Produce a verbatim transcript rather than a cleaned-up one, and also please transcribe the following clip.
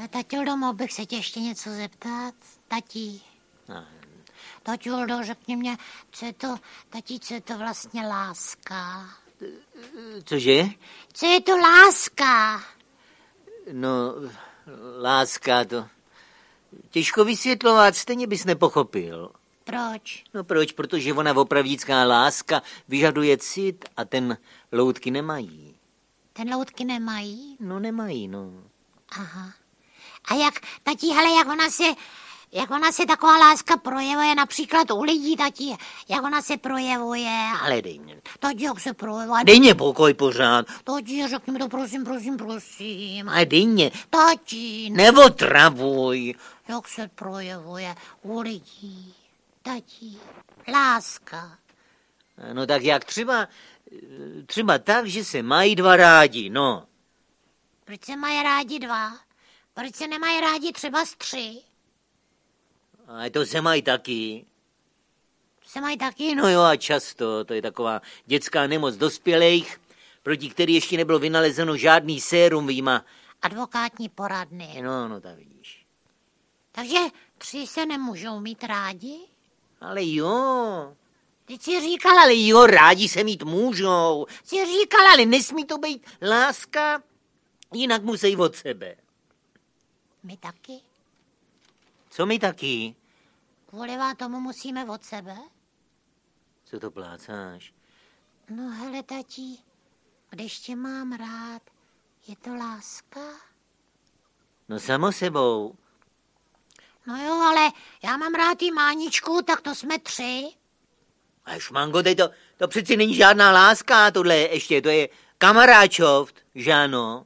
Taťuldo, mohl bych se tě ještě něco zeptat? Tatí. Taťuldo, řekni mě, co je to, tatí, co je to vlastně láska? Cože? Co je to láska? No, láska to... Těžko vysvětlovat, stejně bys nepochopil. Proč? No proč? Protože ona opravdická láska vyžaduje cit a ten loutky nemají. Ten loutky nemají? No nemají, no. Aha. A jak, tatí, hele, jak ona se, jak ona se taková láska projevuje například u lidí, tatí, jak ona se projevuje? Ale dej mě. Tatí, jak se projevuje? Dej mě pokoj pořád. Tatí, řekni mi to, prosím, prosím, prosím. Ale dej mě. Tatí. Neotravuj. Jak se projevuje u lidí, tatí, láska? No tak jak třeba, třeba tak, že se mají dva rádi, no. Proč se mají rádi dva? Proč se nemají rádi třeba z tři? A to se mají taky. Se mají taky? No jo, a často. To je taková dětská nemoc dospělých, proti který ještě nebylo vynalezeno žádný sérum výjima. Advokátní poradny. No, no, tak vidíš. Takže tři se nemůžou mít rádi? Ale jo. Ty jsi říkal, Ale jo, rádi se mít můžou. Jsi říkal, Ale nesmí to být láska, jinak musí od sebe. My taky? Co my taky? Kvůli vám tomu musíme od sebe? Co to plácáš? No hele, tatí, když tě mám rád, je to láska? No samo sebou. No jo, ale já mám rád i Máničku, tak to jsme tři. A šmango, to, to přeci není žádná láska, tohle ještě, to je kamaráčovt, že ano?